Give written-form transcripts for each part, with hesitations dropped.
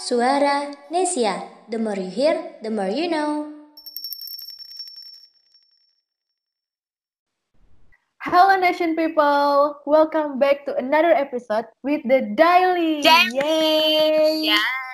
Suara Nesia. The more you hear, the more you know. Hello Nation people, welcome back to another episode with the Daily. Yay!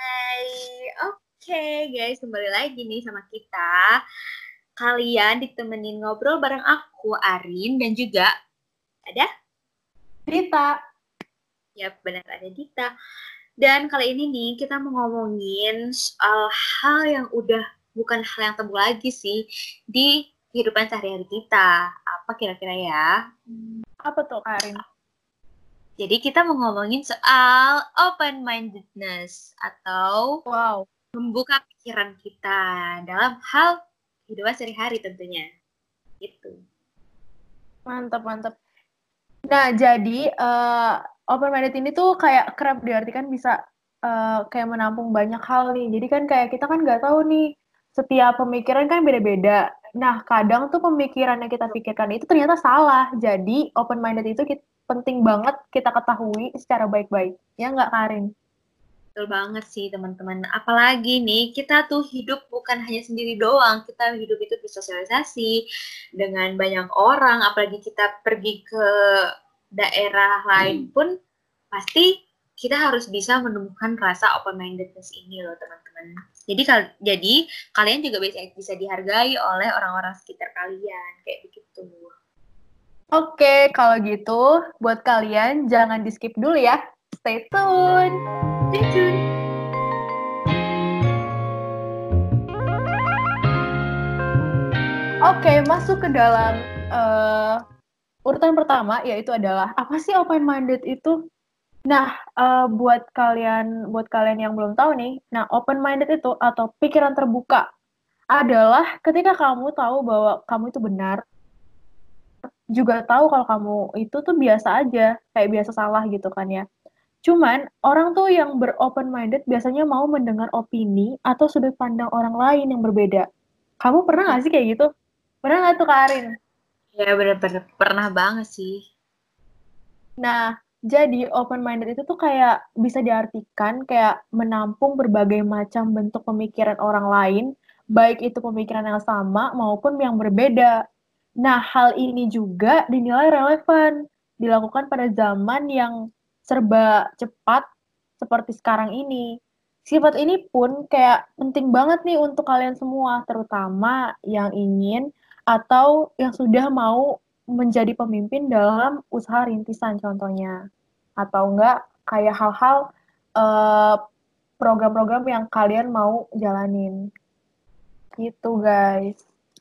Oke guys, kembali lagi nih sama kita. Kalian ditemenin ngobrol bareng aku, Arin, dan juga ada Dita. Ya benar, ada Dita. Dan kali ini nih kita mau ngomongin soal hal yang udah bukan hal yang tabu lagi sih di kehidupan sehari-hari kita. Apa kira-kira ya? Apa tuh Arin? Jadi kita mau ngomongin soal open-mindedness atau membuka pikiran kita dalam hal kehidupan sehari-hari tentunya. Gitu. Mantap. Nah, jadi open-minded ini tuh kayak kerap diartikan bisa kayak menampung banyak hal nih. Jadi kan kayak kita kan nggak tahu nih, setiap pemikiran kan beda-beda. Nah, kadang tuh pemikiran yang kita pikirkan itu ternyata salah. Jadi open-minded itu penting banget kita ketahui secara baik-baik. Ya nggak, Karin? Betul banget sih teman-teman. Apalagi nih kita tuh hidup bukan hanya sendiri doang. Kita hidup itu bersosialisasi dengan banyak orang. Apalagi kita pergi ke daerah lain pun pasti kita harus bisa menemukan rasa open-mindedness ini loh teman-teman. Jadi kalian juga bisa dihargai oleh orang-orang sekitar kalian. Kayak begitu. Oke, kalau gitu buat kalian jangan di-skip dulu ya. Stay tune. Oke, masuk ke dalam urutan pertama, yaitu adalah apa sih open-minded itu? Nah, buat kalian yang belum tahu nih, nah open-minded itu atau pikiran terbuka adalah ketika kamu tahu bahwa kamu itu benar, juga tahu kalau kamu itu tuh biasa aja, kayak biasa salah gitu kan ya. Cuman, orang tuh yang ber-open-minded biasanya mau mendengar opini atau sudut pandang orang lain yang berbeda. Kamu pernah nggak sih kayak gitu? Pernah nggak tuh, Kak Arin? Ya benar-benar pernah banget sih. Nah, jadi open-minded itu tuh kayak bisa diartikan kayak menampung berbagai macam bentuk pemikiran orang lain, baik itu pemikiran yang sama maupun yang berbeda. Nah, hal ini juga dinilai relevan dilakukan pada zaman yang serba cepat seperti sekarang ini. Sifat ini pun kayak penting banget nih untuk kalian semua, terutama yang ingin atau yang sudah mau menjadi pemimpin dalam usaha rintisan contohnya. Atau enggak kayak hal-hal program-program yang kalian mau jalanin. Gitu guys.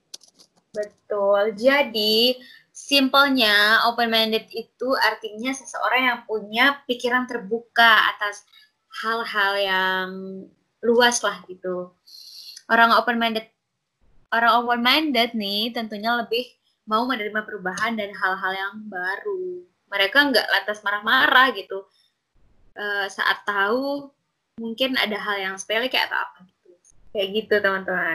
Betul. Jadi, simpelnya open-minded itu artinya seseorang yang punya pikiran terbuka atas hal-hal yang luas lah gitu. Orang open-minded nih tentunya lebih mau menerima perubahan dan hal-hal yang baru. Mereka nggak lantas marah-marah gitu. Saat tahu mungkin ada hal yang sepele kayak atau apa gitu. Kayak gitu teman-teman.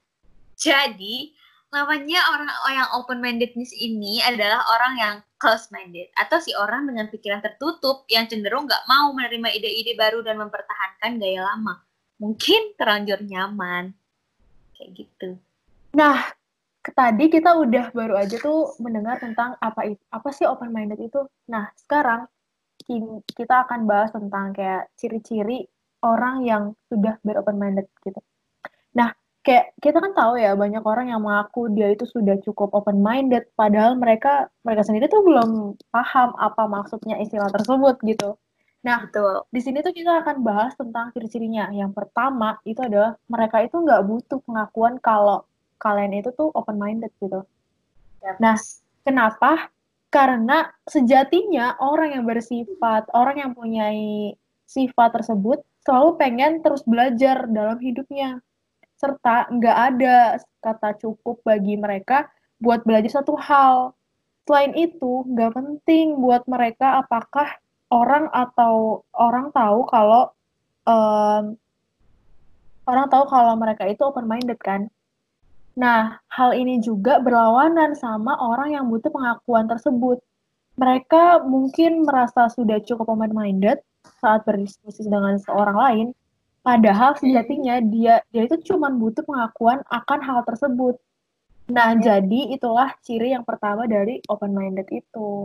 Jadi, namanya orang yang open-mindedness ini adalah orang yang close-minded atau si orang dengan pikiran tertutup yang cenderung nggak mau menerima ide-ide baru dan mempertahankan gaya lama. Mungkin terlanjur nyaman. Kayak gitu. Nah, tadi kita udah baru aja tuh mendengar tentang apa sih open-minded itu. Nah, sekarang kita akan bahas tentang kayak ciri-ciri orang yang sudah ber-open-minded gitu. Nah, kayak kita kan tahu ya banyak orang yang mengaku dia itu sudah cukup open-minded, padahal mereka sendiri tuh belum paham apa maksudnya istilah tersebut gitu. Nah, Betul. di sini tuh kita akan bahas tentang ciri-cirinya. Yang pertama itu adalah mereka itu nggak butuh pengakuan kalau kalian itu tuh open-minded gitu. Nah, kenapa? Karena sejatinya orang yang bersifat, orang yang punya sifat tersebut selalu pengen terus belajar dalam hidupnya. Serta nggak ada kata cukup bagi mereka buat belajar satu hal. Selain itu, nggak penting buat mereka apakah orang tahu kalau um, orang tahu kalau mereka itu open-minded kan. Nah, hal ini juga berlawanan sama orang yang butuh pengakuan tersebut. Mereka mungkin merasa sudah cukup open-minded saat berdiskusi dengan seorang lain, Padahal sejatinya dia itu cuma butuh pengakuan akan hal tersebut. Nah, jadi itulah ciri yang pertama dari open-minded itu.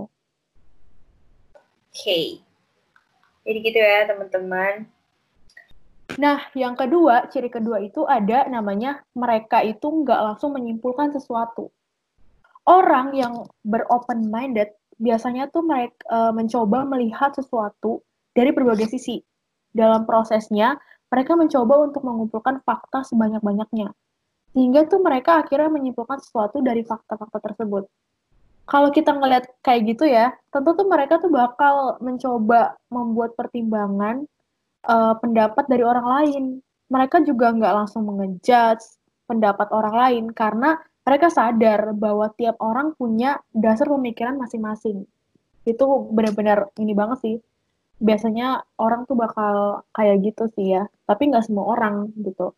Oke. Jadi gitu ya, teman-teman. Nah, yang kedua, ciri kedua itu ada namanya mereka itu nggak langsung menyimpulkan sesuatu. Orang yang beropen-minded biasanya tuh mereka mencoba melihat sesuatu dari berbagai sisi. Dalam prosesnya, mereka mencoba untuk mengumpulkan fakta sebanyak-banyaknya. Sehingga tuh mereka akhirnya menyimpulkan sesuatu dari fakta-fakta tersebut. Kalau kita ngeliat kayak gitu ya, tentu tuh mereka tuh bakal mencoba membuat pertimbangan pendapat dari orang lain. Mereka juga nggak langsung mengejudge pendapat orang lain karena mereka sadar bahwa tiap orang punya dasar pemikiran masing-masing. Itu benar-benar ini banget sih. Biasanya orang tuh bakal kayak gitu sih ya, tapi nggak semua orang gitu.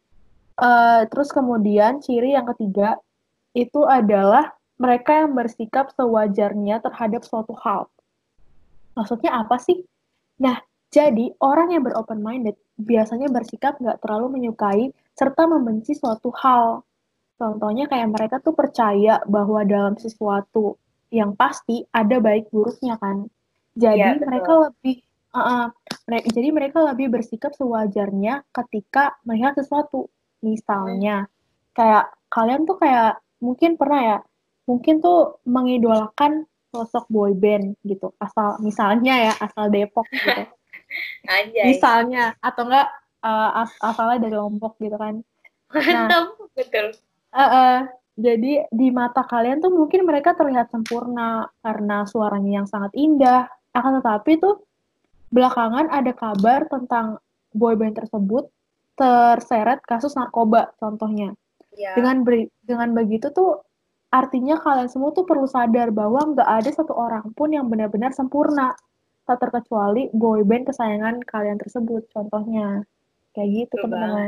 Terus kemudian ciri yang ketiga itu adalah mereka yang bersikap sewajarnya terhadap suatu hal. Maksudnya apa sih? Nah, jadi orang yang beropen-minded biasanya bersikap nggak terlalu menyukai serta membenci suatu hal. Contohnya kayak mereka tuh percaya bahwa dalam sesuatu yang pasti ada baik buruknya kan. Jadi Iya, mereka betul. lebih jadi mereka lebih bersikap sewajarnya ketika melihat sesuatu. Misalnya, kayak kalian tuh kayak mungkin pernah ya, mungkin tuh mengidolakan sosok boy band gitu. Asal misalnya ya, asal Depok gitu. Anjay. Misalnya atau enggak asalnya dari Lombok gitu kan. Nah, Mantap, betul. jadi di mata kalian tuh mungkin mereka terlihat sempurna karena suaranya yang sangat indah. Akan tetapi tuh belakangan ada kabar tentang boyband tersebut terseret kasus narkoba contohnya. Ya, Dengan begitu tuh artinya kalian semua tuh perlu sadar bahwa nggak ada satu orang pun yang benar-benar sempurna. Tak terkecuali boyband kesayangan kalian tersebut contohnya. Kayak gitu betul banget. teman-teman.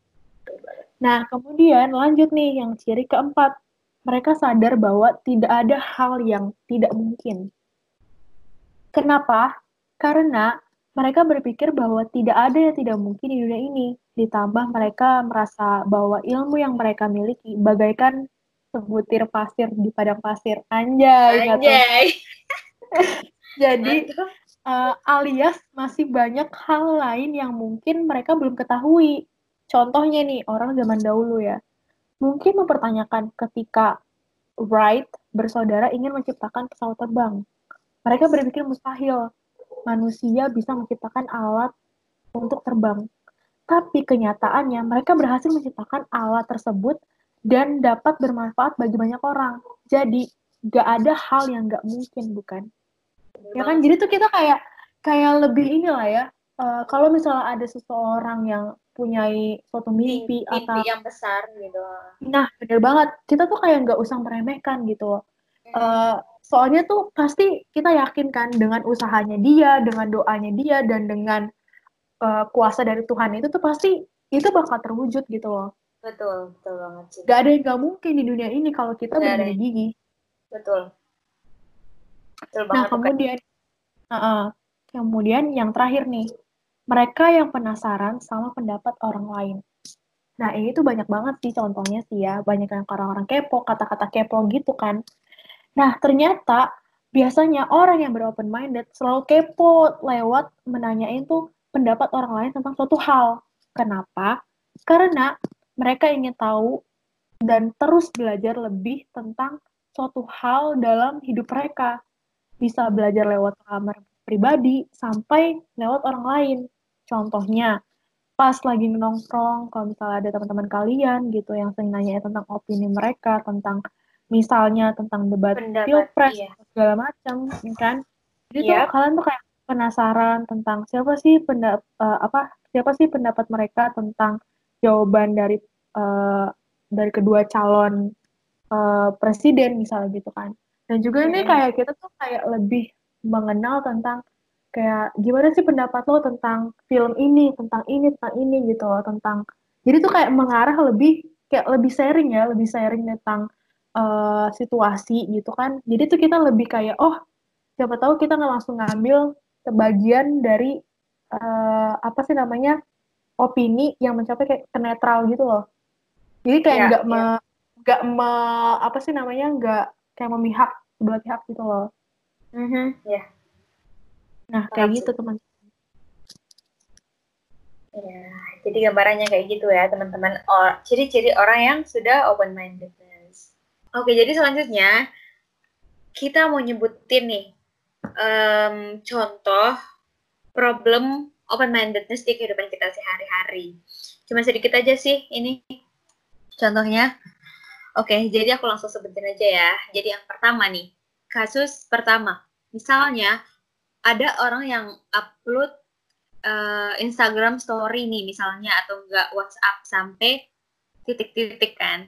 Nah, kemudian lanjut nih yang ciri keempat. Mereka sadar bahwa tidak ada hal yang tidak mungkin. Kenapa? Karena mereka berpikir bahwa tidak ada yang tidak mungkin di dunia ini. Ditambah mereka merasa bahwa ilmu yang mereka miliki bagaikan sebutir pasir di padang pasir. Anjay, nggak tuh? Anjay. Jadi, Mantap. alias masih banyak hal lain yang mungkin mereka belum ketahui. Contohnya nih, orang zaman dahulu ya. Mungkin mempertanyakan ketika Wright bersaudara ingin menciptakan pesawat terbang. Mereka berpikir mustahil manusia bisa menciptakan alat untuk terbang. Tapi kenyataannya mereka berhasil menciptakan alat tersebut dan dapat bermanfaat bagi banyak orang. Jadi gak ada hal yang gak mungkin, bukan? Ya kan, jadi tuh kita kayak lebih inilah ya. Kalau misalnya ada seseorang yang punya suatu mimpi Mimpi atau yang besar gitu. nah, bener banget. Kita tuh kayak nggak usah meremehkan gitu. Soalnya tuh pasti kita yakin kan dengan usahanya dia, dengan doanya dia, dan dengan kuasa dari Tuhan itu tuh pasti itu bakal terwujud gitu loh. Betul, betul banget sih. Gak ada yang nggak mungkin di dunia ini kalau kita Nggak ada benar-benar yang- gigih. Betul. Betul Nah, banget tuh, Kak. kemudian yang terakhir nih, mereka yang penasaran sama pendapat orang lain. Nah, ini tuh banyak banget sih contohnya sih ya. Banyak yang orang-orang kepo, kata-kata kepo gitu kan. Nah, ternyata biasanya orang yang beropen minded selalu kepo lewat menanyain tuh pendapat orang lain tentang suatu hal. Kenapa? Karena mereka ingin tahu dan terus belajar lebih tentang suatu hal dalam hidup mereka. Bisa belajar lewat kamar pribadi sampai lewat orang lain. Contohnya, pas lagi nongkrong, kalau misalnya ada teman-teman kalian gitu yang sering nanya tentang opini mereka, tentang misalnya tentang debat Pendapat, pilpres iya. segala macam, kan? Jadi tuh Yap. kalian tuh kayak penasaran tentang siapa sih pendapat mereka tentang jawaban dari kedua calon presiden misalnya gitu kan. Dan juga ini kayak kita tuh kayak lebih mengenal tentang kayak gimana sih pendapat lo tentang film ini, tentang ini gitu loh, tentang jadi tuh kayak mengarah lebih sharing ya, lebih sharing tentang situasi gitu kan. Jadi tuh kita lebih kayak oh siapa tahu kita nggak langsung ngambil sebagian dari apa sih namanya opini yang mencapai kayak ke netral gitu loh. Jadi kayak Iya, nggak apa sih namanya, nggak kayak memihak sebelah pihak gitu loh. Ya, Nah, paham kayak sih. gitu teman. Ya, jadi gambarannya kayak gitu ya teman-teman. Ciri-ciri orang yang sudah open mindedness. Oke, jadi selanjutnya kita mau nyebutin nih contoh problem open mindedness di kehidupan kita sehari-hari. Cuma sedikit aja sih ini contohnya. Oke, jadi aku langsung sebutin aja ya. Jadi yang pertama nih, kasus pertama. Misalnya ada orang yang upload Instagram story nih misalnya atau enggak WhatsApp sampai titik-titik kan.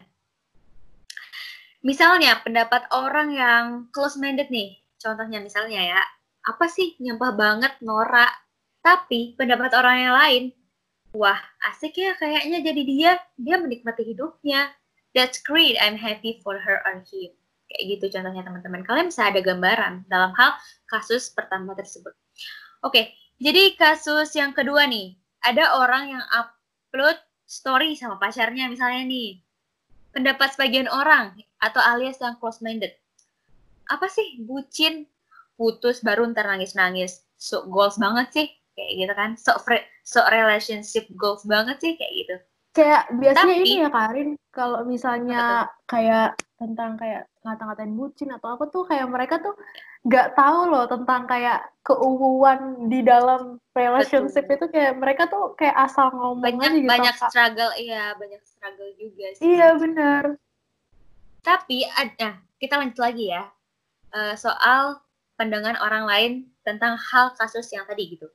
Misalnya pendapat orang yang close-minded nih, contohnya misalnya ya, apa sih nyampah banget norak. Tapi pendapat orang yang lain, wah asik ya kayaknya jadi dia menikmati hidupnya. That's great, I'm happy for her or him. Kayak gitu contohnya teman-teman. Kalian bisa ada gambaran dalam hal kasus pertama tersebut. Oke, jadi kasus yang kedua nih, ada orang yang upload story sama pacarnya misalnya nih. Pendapat sebagian orang atau alias yang close-minded. Apa sih bucin? Putus baru ntar nangis-nangis. So goals banget sih. Kayak gitu kan. So relationship goals banget sih kayak gitu. Kayak biasanya Tapi, ini ya Karin, kalau misalnya kayak tentang kayak ngata-ngatain bucin atau apa tuh, kayak mereka tuh nggak tahu loh tentang kayak keuuan di dalam relationship betul. itu, kayak mereka tuh kayak asal ngomong aja gitu. Banyak struggle, iya banyak struggle juga sih. Iya benar. Tapi kita lanjut lagi ya. Soal pandangan orang lain tentang hal kasus yang tadi gitu.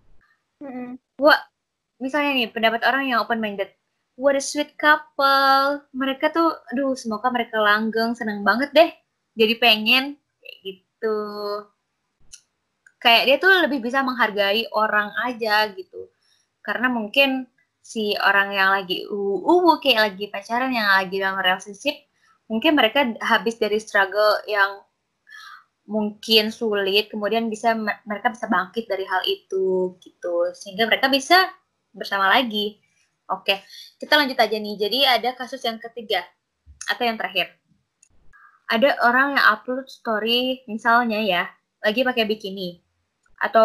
Wah, misalnya nih pendapat orang yang open minded, what a sweet couple, mereka tuh aduh semoga mereka langgeng, seneng banget deh, jadi pengen kayak gitu, kayak dia tuh lebih bisa menghargai orang aja gitu, karena mungkin si orang yang lagi kayak lagi pacaran, yang lagi dalam relationship, mungkin mereka habis dari struggle yang mungkin sulit, kemudian mereka bisa bangkit dari hal itu gitu, sehingga mereka bisa bersama lagi. Oke, kita lanjut aja nih. Jadi ada kasus yang ketiga atau yang terakhir. Ada orang yang upload story misalnya ya, lagi pakai bikini, atau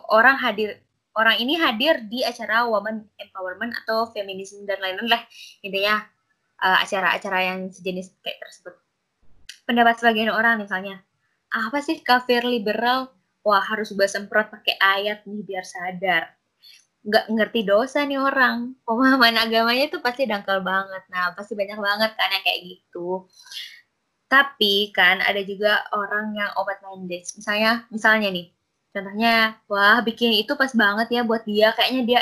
orang ini hadir di acara woman empowerment atau feminisme dan lain-lain lah, intinya acara-acara yang sejenis kayak tersebut. Pendapat sebagian orang misalnya, apa sih kafir liberal? Wah harus semprot pakai ayat nih biar sadar. Nggak ngerti dosa nih orang. Pemahaman agamanya itu pasti dangkal banget. Nah pasti banyak banget kan yang kayak gitu. Tapi kan ada juga orang yang open minded. Misalnya nih, contohnya, wah bikin itu pas banget ya buat dia. Kayaknya dia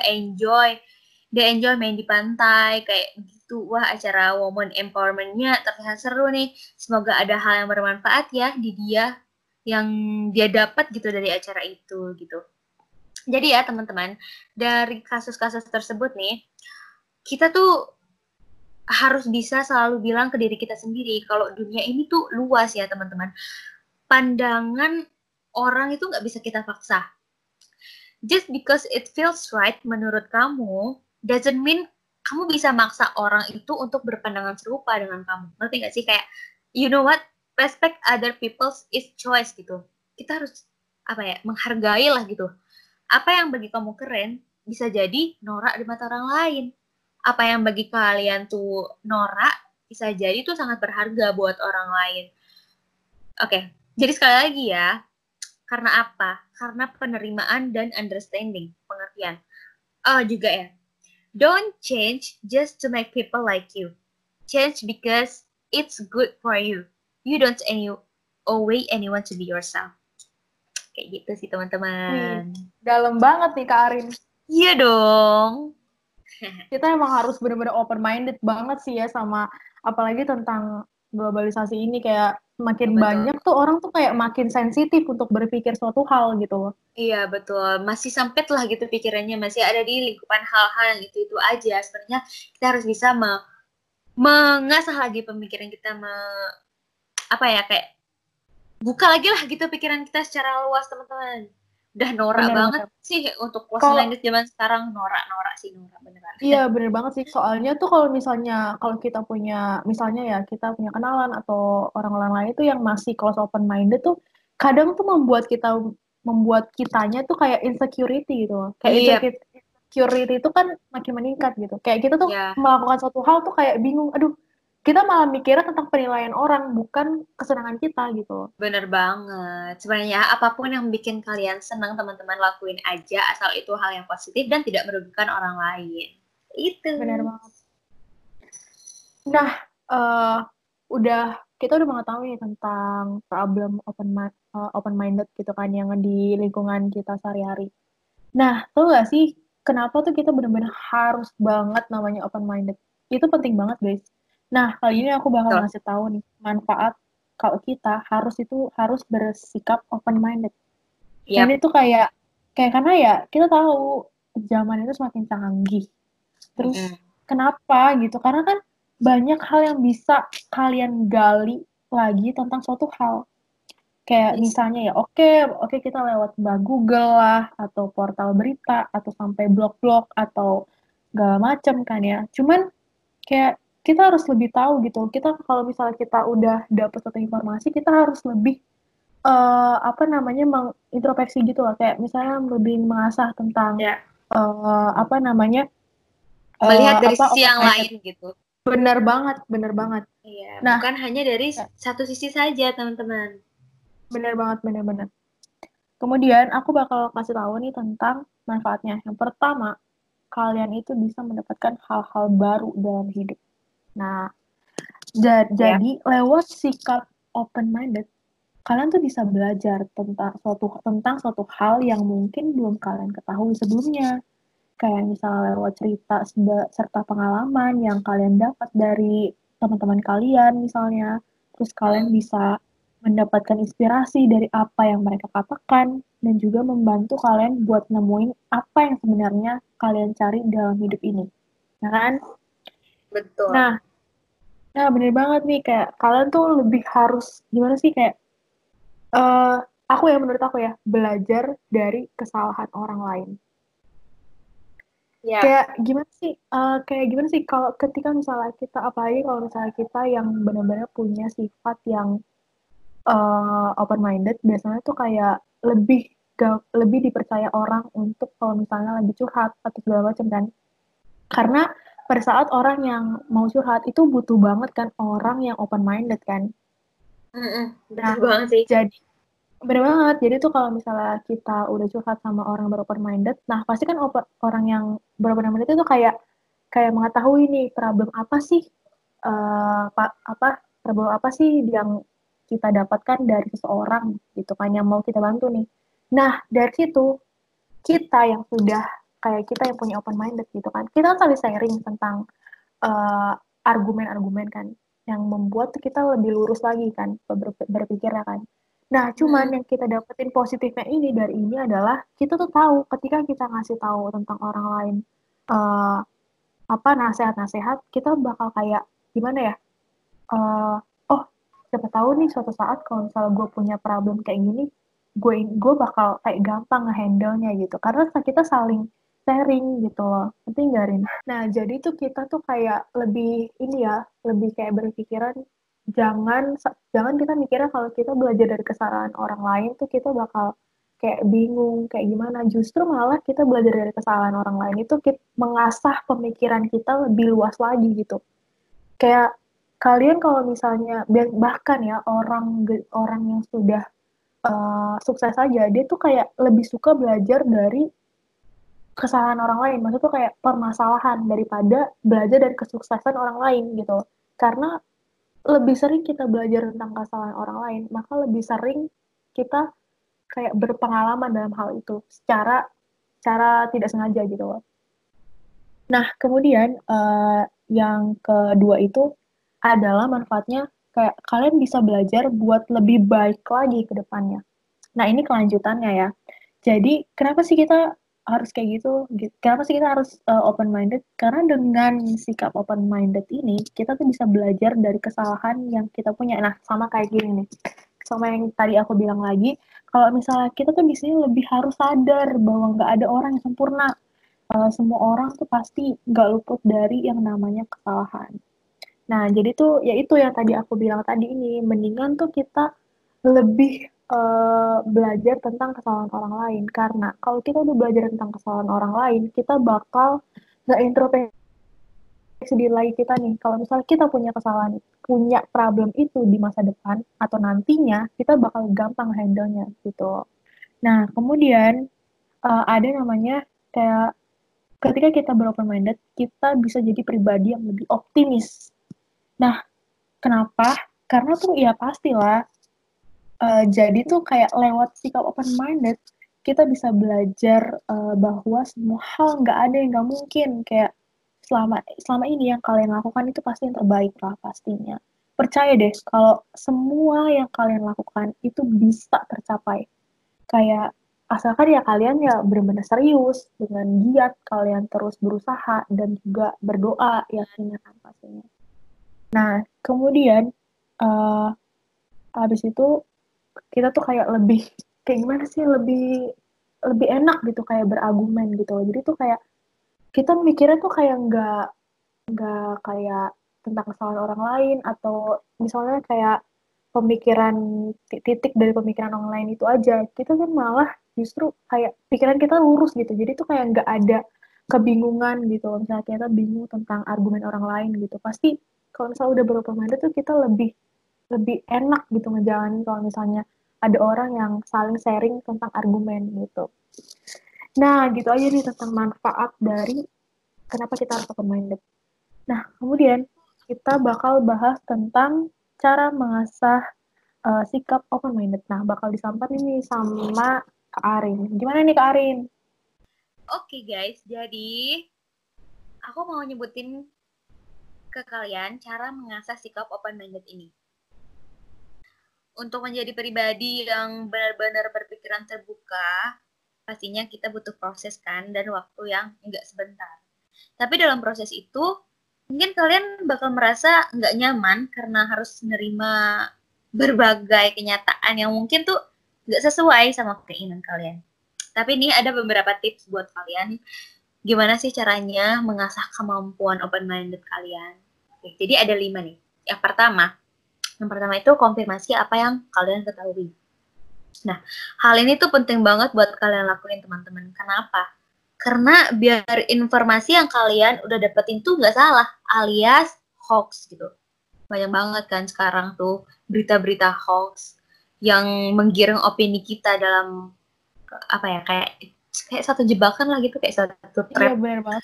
enjoy main di pantai kayak gitu. Wah acara woman empowerment-nya terlihat seru nih. Semoga ada hal yang bermanfaat ya di dia, yang dia dapat gitu dari acara itu gitu. Jadi ya teman-teman, dari kasus-kasus tersebut nih, kita tuh harus bisa selalu bilang ke diri kita sendiri kalau dunia ini tuh luas ya teman-teman. Pandangan orang itu nggak bisa kita paksa. Just because it feels right menurut kamu, doesn't mean kamu bisa maksa orang itu untuk berpandangan serupa dengan kamu. Ngerti nggak sih? Kayak, you know what? Respect other people's is choice gitu. Kita harus menghargai lah gitu. Apa yang bagi kamu keren bisa jadi norak di mata orang lain. Apa yang bagi kalian tuh norak bisa jadi tuh sangat berharga buat orang lain. Oke, jadi sekali lagi ya, karena apa? Karena penerimaan dan understanding, pengertian. Oh juga ya, don't change just to make people like you. Change because it's good for you. You don't away anyone to be yourself. Kayak gitu sih teman-teman. Dalam banget nih Kak Arin. Iya dong. Kita emang harus benar-benar open minded banget sih ya, sama apalagi tentang globalisasi ini, kayak makin banyak tuh orang tuh kayak makin sensitif untuk berpikir suatu hal gitu loh. Iya betul, masih sempit lah gitu pikirannya, masih ada di lingkupan hal-hal yang itu aja. Sebenarnya kita harus bisa mengasah lagi pemikiran kita, kayak buka lagi lah gitu pikiran kita secara luas teman-teman. Udah norak Bener banget banget. sih untuk close Kalau minded zaman sekarang, norak sih, norak beneran. iya bener banget sih. Soalnya tuh kalau kita punya misalnya ya kita punya kenalan atau orang-orang lain tuh yang masih close open minded tuh kadang tuh membuat kitanya tuh kayak insecurity gitu loh. Kayak Iya, insecurity itu kan makin meningkat gitu. Kayak kita tuh ya, melakukan suatu hal tuh kayak bingung. Aduh, kita malah mikirnya tentang penilaian orang bukan kesenangan kita gitu. bener banget. Sebenarnya apapun yang bikin kalian senang, teman-teman lakuin aja asal itu hal yang positif dan tidak merugikan orang lain. Itu. Benar banget. Nah, kita udah mengetahui tentang problem open minded gitu kan yang di lingkungan kita sehari-hari. Nah, tau gak sih kenapa tuh kita benar-benar harus banget namanya open minded? Itu penting banget, guys. Nah, kali ini aku bakal Betul. ngasih tahu nih manfaat kalau kita harus bersikap open minded. Yap. Ini tuh kayak karena ya kita tahu zaman itu semakin canggih. Terus kenapa gitu? Karena kan banyak hal yang bisa kalian gali lagi tentang suatu hal. Kayak Yes. misalnya ya oke kita lewat Google lah atau portal berita atau sampai blog-blog atau segala macam kan ya. Cuman kayak kita harus lebih tahu gitu. Kita kalau misalnya kita udah dapet satu informasi, kita harus lebih mengintrospeksi gitu lah. Kayak misalnya lebih mengasah tentang Ya. apa Melihat dari sisi open yang minded. lain gitu. Bener banget. Iya, Nah, bukan hanya dari satu sisi saja, teman-teman. bener banget. Kemudian aku bakal kasih tahu nih tentang manfaatnya. Yang pertama, kalian itu bisa mendapatkan hal-hal baru dalam hidup. Nah, jadi lewat sikap open minded, kalian tuh bisa belajar tentang suatu hal yang mungkin belum kalian ketahui sebelumnya. Kayak misalnya lewat cerita serta pengalaman yang kalian dapat dari teman-teman kalian misalnya. Terus kalian bisa mendapatkan inspirasi dari apa yang mereka katakan dan juga membantu kalian buat nemuin apa yang sebenarnya kalian cari dalam hidup ini. Ya kan? Betul. Nah, bener banget nih kayak kalian tuh lebih harus gimana sih kayak menurut aku ya belajar dari kesalahan orang lain. Ya. Kayak gimana sih kalau ketika misalnya kita apalagi kalau misalnya kita yang benar-benar punya sifat yang open minded biasanya tuh kayak lebih dipercaya orang untuk kalau misalnya lagi curhat atau segala macam kan. Karena pada saat orang yang mau curhat itu butuh banget kan orang yang open minded kan. Betul banget sih. Bener banget. Jadi tuh kalau misalnya kita udah curhat sama orang beropen minded, nah pasti kan orang yang beropen minded itu kayak mengetahui nih problem apa sih problem apa sih yang kita dapatkan dari seseorang gitu kan yang mau kita bantu nih. Nah, dari situ kita yang punya open minded gitu kan. Kita saling sharing tentang argumen-argumen kan yang membuat kita lebih lurus lagi kan berpikirnya kan. Nah, cuman yang kita dapetin positifnya ini dari ini adalah kita tuh tahu ketika kita ngasih tahu tentang orang lain nasihat-nasihat, kita bakal kayak gimana ya? Oh, siapa tahu nih suatu saat kalau misalnya gue punya problem kayak gini, gue bakal kayak gampang ngehandle-nya gitu. Karena kita saling sharing gitu loh. Nanti nggak Rin? Nah, jadi tuh kita tuh kayak lebih kayak berpikiran jangan kita mikirnya kalau kita belajar dari kesalahan orang lain tuh kita bakal kayak bingung kayak gimana. Justru malah kita belajar dari kesalahan orang lain itu mengasah pemikiran kita lebih luas lagi gitu. Kayak kalian kalau misalnya bahkan ya orang yang sudah sukses aja dia tuh kayak lebih suka belajar dari kesalahan orang lain, maksudnya tuh kayak permasalahan daripada belajar dari kesuksesan orang lain gitu. Karena lebih sering kita belajar tentang kesalahan orang lain, maka lebih sering kita kayak berpengalaman dalam hal itu secara tidak sengaja gitu loh. Nah, kemudian yang kedua itu adalah manfaatnya kayak kalian bisa belajar buat lebih baik lagi ke depannya. Nah, ini kelanjutannya ya. Jadi, kenapa sih kita harus kayak gitu? Kenapa sih kita harus open-minded? Karena dengan sikap open-minded ini, kita tuh bisa belajar dari kesalahan yang kita punya. Nah, sama kayak gini nih. Sama yang tadi aku bilang lagi, kalau misalnya kita tuh di sini lebih harus sadar bahwa nggak ada orang yang sempurna. Semua orang tuh pasti nggak luput dari yang namanya kesalahan. Nah, jadi tuh ya itu yang tadi aku bilang tadi ini, mendingan tuh kita lebih belajar tentang kesalahan orang lain. Karena kalau kita udah belajar tentang kesalahan orang lain, kita bakal nggak introspeksi diri lagi kita nih. Kalau misalnya kita punya kesalahan, punya problem itu di masa depan atau nantinya, kita bakal gampang handle-nya gitu. Nah, kemudian ada namanya kayak ketika kita beropen minded, kita bisa jadi pribadi yang lebih optimis. Nah, kenapa? Karena tuh ya pastilah. Jadi tuh kayak lewat sikap open minded, kita bisa belajar bahwa semua hal nggak ada yang nggak mungkin. Kayak selama ini yang kalian lakukan itu pasti yang terbaik lah pastinya. Percaya deh kalau semua yang kalian lakukan itu bisa tercapai. Kayak asalkan ya kalian ya benar-benar serius dengan giat, kalian terus berusaha dan juga berdoa yakinnya kan pastinya. Nah, kemudian habis itu kita tuh kayak lebih kayak gimana sih, lebih lebih enak gitu kayak berargumen gitu. Jadi tuh kayak kita mikirnya tuh kayak nggak kayak tentang kesalahan orang lain atau misalnya kayak pemikiran titik dari pemikiran orang lain itu aja. Kita kan malah justru kayak pikiran kita lurus gitu. Jadi tuh kayak nggak ada kebingungan gitu. Misalnya kita bingung tentang argumen orang lain gitu. Pasti kalau misalnya udah beropen minded tuh kita lebih lebih enak gitu ngejalanin kalau misalnya ada orang yang saling sharing tentang argumen gitu. Nah, gitu aja nih tentang manfaat dari kenapa kita harus open minded. Nah, kemudian kita bakal bahas tentang cara mengasah sikap open minded. Nah, bakal disampaikan ini sama Kak Arin. Gimana nih Kak Arin? Oke guys, jadi aku mau nyebutin ke kalian cara mengasah sikap open-minded ini. Untuk menjadi pribadi yang benar-benar berpikiran terbuka, pastinya kita butuh proses kan, dan waktu yang nggak sebentar. Tapi dalam proses itu, mungkin kalian bakal merasa nggak nyaman karena harus menerima berbagai kenyataan yang mungkin tuh nggak sesuai sama keinginan kalian. Tapi ini ada beberapa tips buat kalian. Gimana sih caranya mengasah kemampuan open-minded kalian? Oke, jadi ada 5 nih. Yang pertama itu konfirmasi apa yang kalian ketahui. Nah, hal ini tuh penting banget buat kalian lakuin teman-teman. Kenapa? Karena biar informasi yang kalian udah dapetin tuh nggak salah, alias hoax gitu. Banyak banget kan sekarang tuh berita-berita hoax yang menggiring opini kita dalam apa ya, kayak satu jebakan lah gitu, kayak satu trap. Iya, benar banget.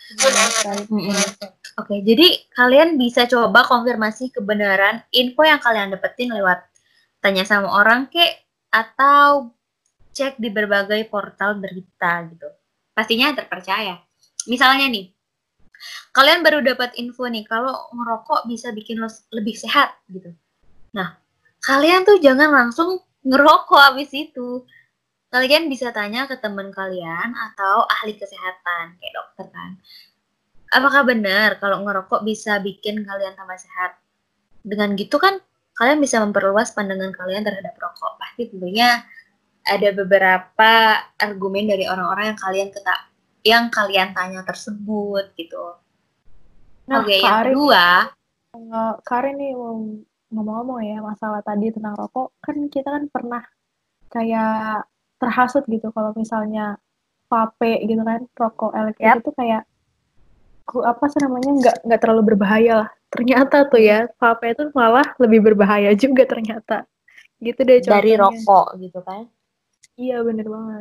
Oke, jadi kalian bisa coba konfirmasi kebenaran info yang kalian dapetin lewat tanya sama orang kek, atau cek di berbagai portal berita gitu. Pastinya terpercaya. Misalnya nih, kalian baru dapat info nih kalau ngerokok bisa bikin lo lebih sehat gitu. Nah, kalian tuh jangan langsung ngerokok abis itu. Kalian bisa tanya ke teman kalian atau ahli kesehatan kayak dokter kan. Apakah benar kalau ngerokok bisa bikin kalian tambah sehat? Dengan gitu kan kalian bisa memperluas pandangan kalian terhadap rokok. Pasti tentunya ada beberapa argumen dari orang-orang yang kalian tanya tersebut gitu. Nah, Oke, Kak yang Arin, kedua, Kak Arin nih mau ngomong-ngomong ya masalah tadi tentang rokok, kan kita kan pernah kayak terhasut gitu kalau misalnya vape gitu kan, rokok elektrik itu kayak apa sih namanya, nggak terlalu berbahaya lah. Ternyata tuh ya vape itu malah lebih berbahaya juga ternyata. Gitu deh dari contohnya. rokok gitu kan. Iya bener banget.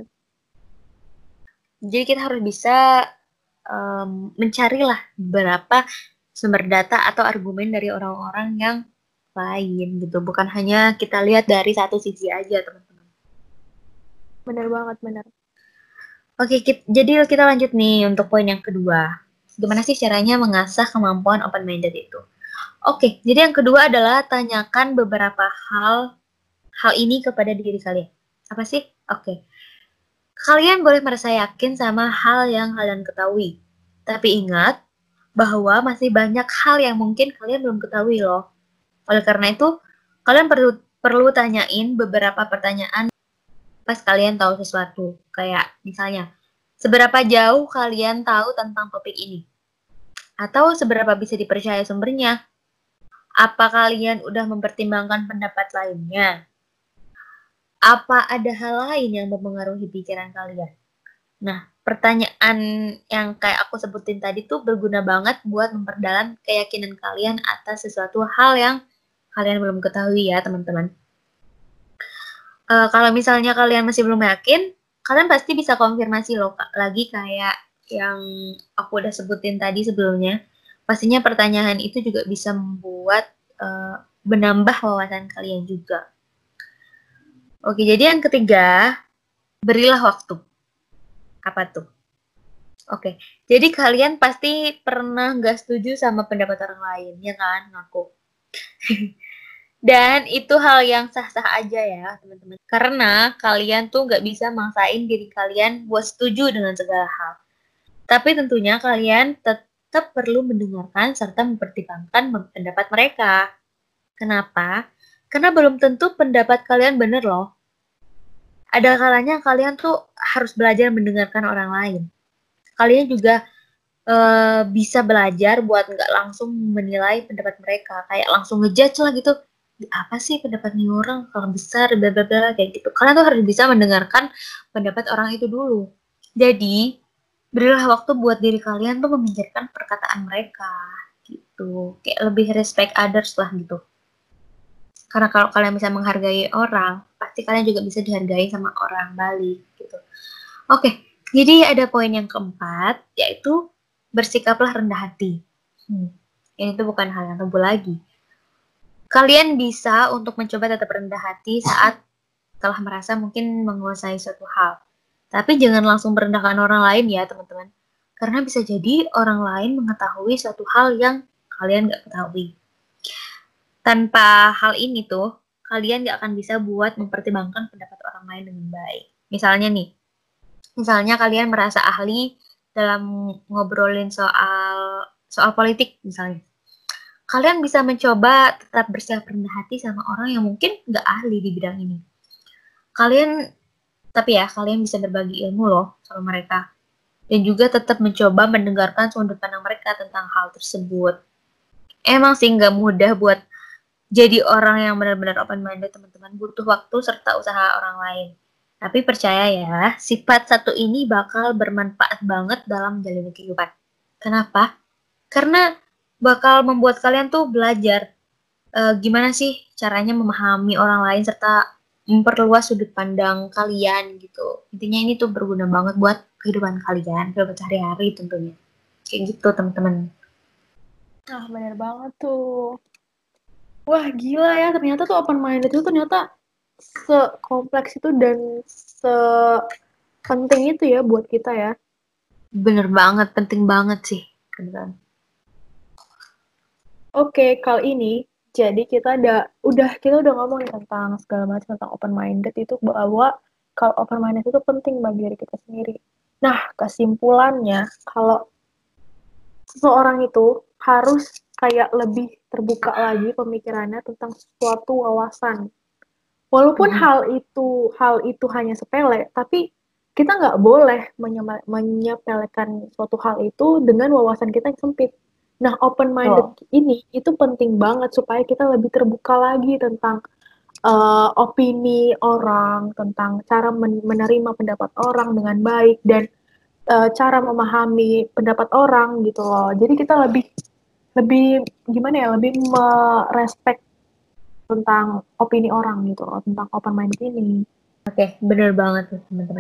Jadi kita harus bisa mencarilah beberapa sumber data atau argumen dari orang-orang yang lain gitu. Bukan hanya kita lihat dari satu sisi aja, teman-teman. Bener banget, bener. Oke, jadi kita lanjut nih untuk poin yang kedua. Gimana sih caranya mengasah kemampuan open-minded itu? Oke, jadi yang kedua adalah tanyakan beberapa hal ini kepada diri kalian. Apa sih? Oke. Kalian boleh merasa yakin sama hal yang kalian ketahui. Tapi ingat bahwa masih banyak hal yang mungkin kalian belum ketahui loh. Oleh karena itu, kalian perlu tanyain beberapa pertanyaan pas kalian tahu sesuatu. Kayak misalnya, seberapa jauh kalian tahu tentang topik ini? Atau seberapa bisa dipercaya sumbernya? Apa kalian udah mempertimbangkan pendapat lainnya? Apa ada hal lain yang mempengaruhi pikiran kalian? Nah, pertanyaan yang kayak aku sebutin tadi tuh berguna banget buat memperdalam keyakinan kalian atas sesuatu hal yang kalian belum ketahui ya, teman-teman. Kalau misalnya kalian masih belum yakin, kalian pasti bisa konfirmasi loh lagi kayak yang aku udah sebutin tadi sebelumnya. Pastinya pertanyaan itu juga bisa membuat menambah wawasan kalian juga. Oke, jadi yang ketiga, berilah waktu. Apa tuh? Oke, jadi kalian pasti pernah nggak setuju sama pendapat orang lain, ya kan? Ngaku. Dan itu hal yang sah-sah aja ya, teman-teman. Karena kalian tuh nggak bisa maksain diri kalian buat setuju dengan segala hal. Tapi tentunya kalian tetap perlu mendengarkan serta mempertimbangkan pendapat mereka. Kenapa? Karena belum tentu pendapat kalian benar loh. Ada kalanya kalian tuh harus belajar mendengarkan orang lain. Kalian juga bisa belajar buat nggak langsung menilai pendapat mereka. Kayak langsung ngejudge lah gitu. Apa sih pendapat nih orang kalau besar bla bla bla kayak gitu. Kalian tuh harus bisa mendengarkan pendapat orang itu dulu. Jadi berilah waktu buat diri kalian tuh memikirkan perkataan mereka gitu. Kayak lebih respect others lah gitu. Karena kalau kalian bisa menghargai orang, pasti kalian juga bisa dihargai sama orang balik gitu. Oke, jadi ada poin yang keempat, yaitu bersikaplah rendah hati. Ini tuh bukan hal yang tabu lagi. Kalian bisa untuk mencoba tetap rendah hati saat telah merasa mungkin menguasai suatu hal. Tapi jangan langsung merendahkan orang lain ya, teman-teman. Karena bisa jadi orang lain mengetahui suatu hal yang kalian nggak ketahui. Tanpa hal ini tuh, kalian nggak akan bisa buat mempertimbangkan pendapat orang lain dengan baik. Misalnya kalian merasa ahli dalam ngobrolin soal politik misalnya. Kalian bisa mencoba tetap bersikap rendah hati sama orang yang mungkin nggak ahli di bidang ini. Kalian bisa berbagi ilmu loh sama mereka. Dan juga tetap mencoba mendengarkan sudut pandang mereka tentang hal tersebut. Emang sih nggak mudah buat jadi orang yang benar-benar open-minded, teman-teman. Butuh waktu serta usaha orang lain. Tapi percaya ya, sifat satu ini bakal bermanfaat banget dalam menjalani kehidupan. Kenapa? Karena bakal membuat kalian tuh belajar gimana sih caranya memahami orang lain serta memperluas sudut pandang kalian gitu. Intinya ini tuh berguna banget buat kehidupan kalian, kehidupan sehari-hari tentunya. Kayak gitu, teman-teman. Nah, bener banget tuh. Wah, gila ya. Ternyata tuh open-minded itu ternyata sekompleks itu dan sepenting itu ya buat kita ya. Bener banget, penting banget sih. Beneran. Oke, kali ini jadi kita udah ngomongin tentang segala macam tentang open-minded itu bahwa kalau open-minded itu penting bagi diri kita sendiri. Nah, kesimpulannya kalau seseorang itu harus kayak lebih terbuka lagi pemikirannya tentang suatu wawasan. Walaupun hal itu hanya sepele, tapi kita nggak boleh menyepelekan suatu hal itu dengan wawasan kita yang sempit. Nah, open-minded ini itu penting banget supaya kita lebih terbuka lagi tentang opini orang, tentang cara menerima pendapat orang dengan baik, dan cara memahami pendapat orang gitu loh. Jadi kita lebih gimana ya, lebih merespek tentang opini orang gitu loh, tentang open-minded ini. Oke, bener banget tuh teman-teman.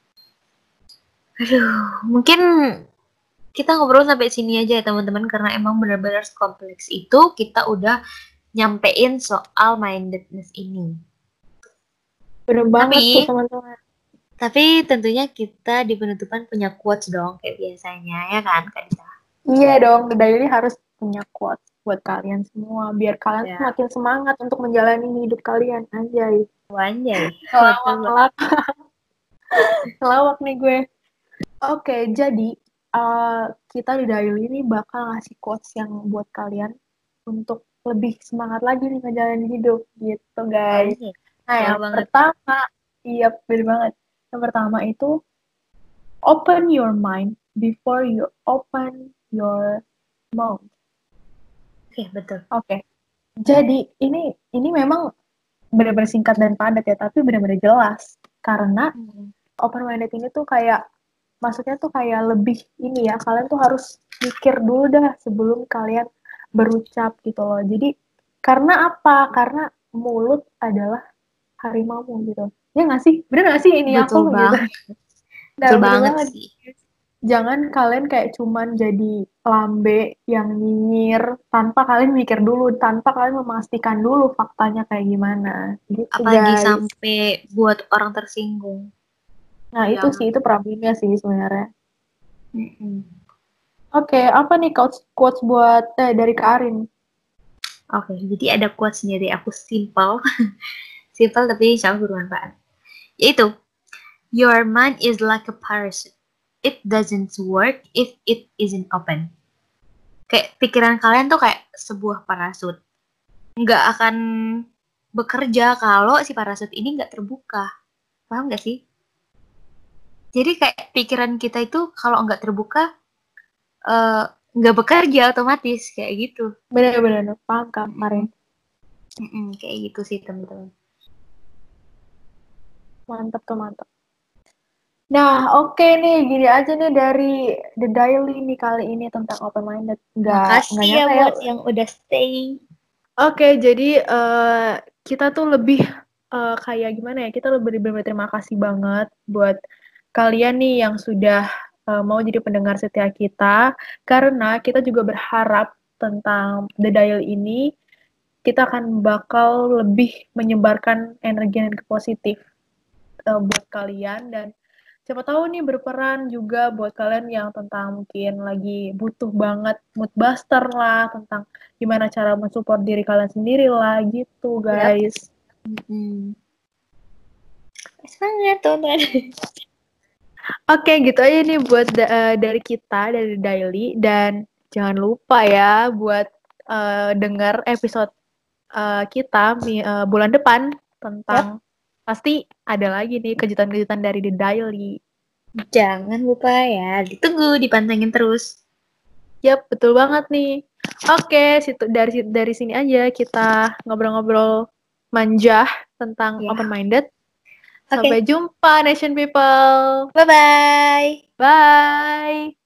Aduh, mungkin kita ngobrol sampai sini aja ya teman-teman, karena emang benar-benar kompleks itu kita udah nyampein soal mindedness ini. Bener banget tuh teman-teman. Tapi tentunya kita di penutupan punya quotes dong kayak biasanya, ya kan Kak Dita? Iya dong, daily harus punya quotes buat kalian semua, biar kalian semakin semangat untuk menjalani hidup kalian. Anjay. Ngelawak nih gue. Oke, jadi kita di daily ini bakal ngasih quotes yang buat kalian untuk lebih semangat lagi nih ngejalanin hidup gitu guys. Nah, yang pertama Iya, bener banget. Yang pertama itu open your mind before you open your mouth. Oke, betul. Oke. Jadi ini memang benar-benar singkat dan padat ya, tapi benar-benar jelas. Karena open minded ini tuh kayak maksudnya tuh kayak lebih ini ya, kalian tuh harus mikir dulu dah sebelum kalian berucap gitu loh. Jadi karena apa? Karena mulut adalah harimaumu gitu. Ya nggak sih? Bener nggak sih ini Betul aku gitu? banget. Nah, Betul bener banget banget. sih. Jangan kalian kayak cuman jadi lambe yang nyinyir tanpa kalian mikir dulu, tanpa kalian memastikan dulu faktanya kayak gimana. Gitu Apalagi guys. sampai buat orang tersinggung. Nah, itu sih, itu problemnya sih sebenarnya. Mm-mm. Oke, apa nih quotes buat dari Kak Arin? Oke, jadi ada quotes-nya dari aku simple. Simple tapi sangat bermanfaat. Yaitu, your mind is like a parachute. It doesn't work if it isn't open. Kayak pikiran kalian tuh kayak sebuah parasut. Nggak akan bekerja kalau si parasut ini nggak terbuka. Paham nggak sih? Jadi kayak pikiran kita itu kalau nggak terbuka, nggak bekerja otomatis. Kayak gitu. Bener-bener, paham Kak Arin. Kayak gitu sih teman-teman. Mantap tuh, mantap. Nah, oke nih, gini aja nih dari The Daily nih kali ini tentang open minded. Nggak Makasih ya nyangka buat yang udah stay. Oke, jadi kita tuh lebih kayak gimana ya? Kita lebih berterima kasih banget buat kalian nih yang sudah mau jadi pendengar setia kita, karena kita juga berharap tentang The Dial ini kita akan bakal lebih menyebarkan energi positif buat kalian, dan siapa tahu nih berperan juga buat kalian yang tentang mungkin lagi butuh banget mood buster lah, tentang gimana cara mensupport diri kalian sendiri lah gitu guys. Semangat teman-teman. Oke, gitu aja nih buat dari kita, dari Daily, dan jangan lupa ya buat dengar episode kita bulan depan tentang pasti ada lagi nih kejutan-kejutan dari The Daily. Jangan lupa ya, ditunggu, dipantengin terus. Yap, betul banget nih. Oke, dari sini aja kita ngobrol-ngobrol manja tentang open-minded. Sampai jumpa, Nation People. Bye-bye. Bye.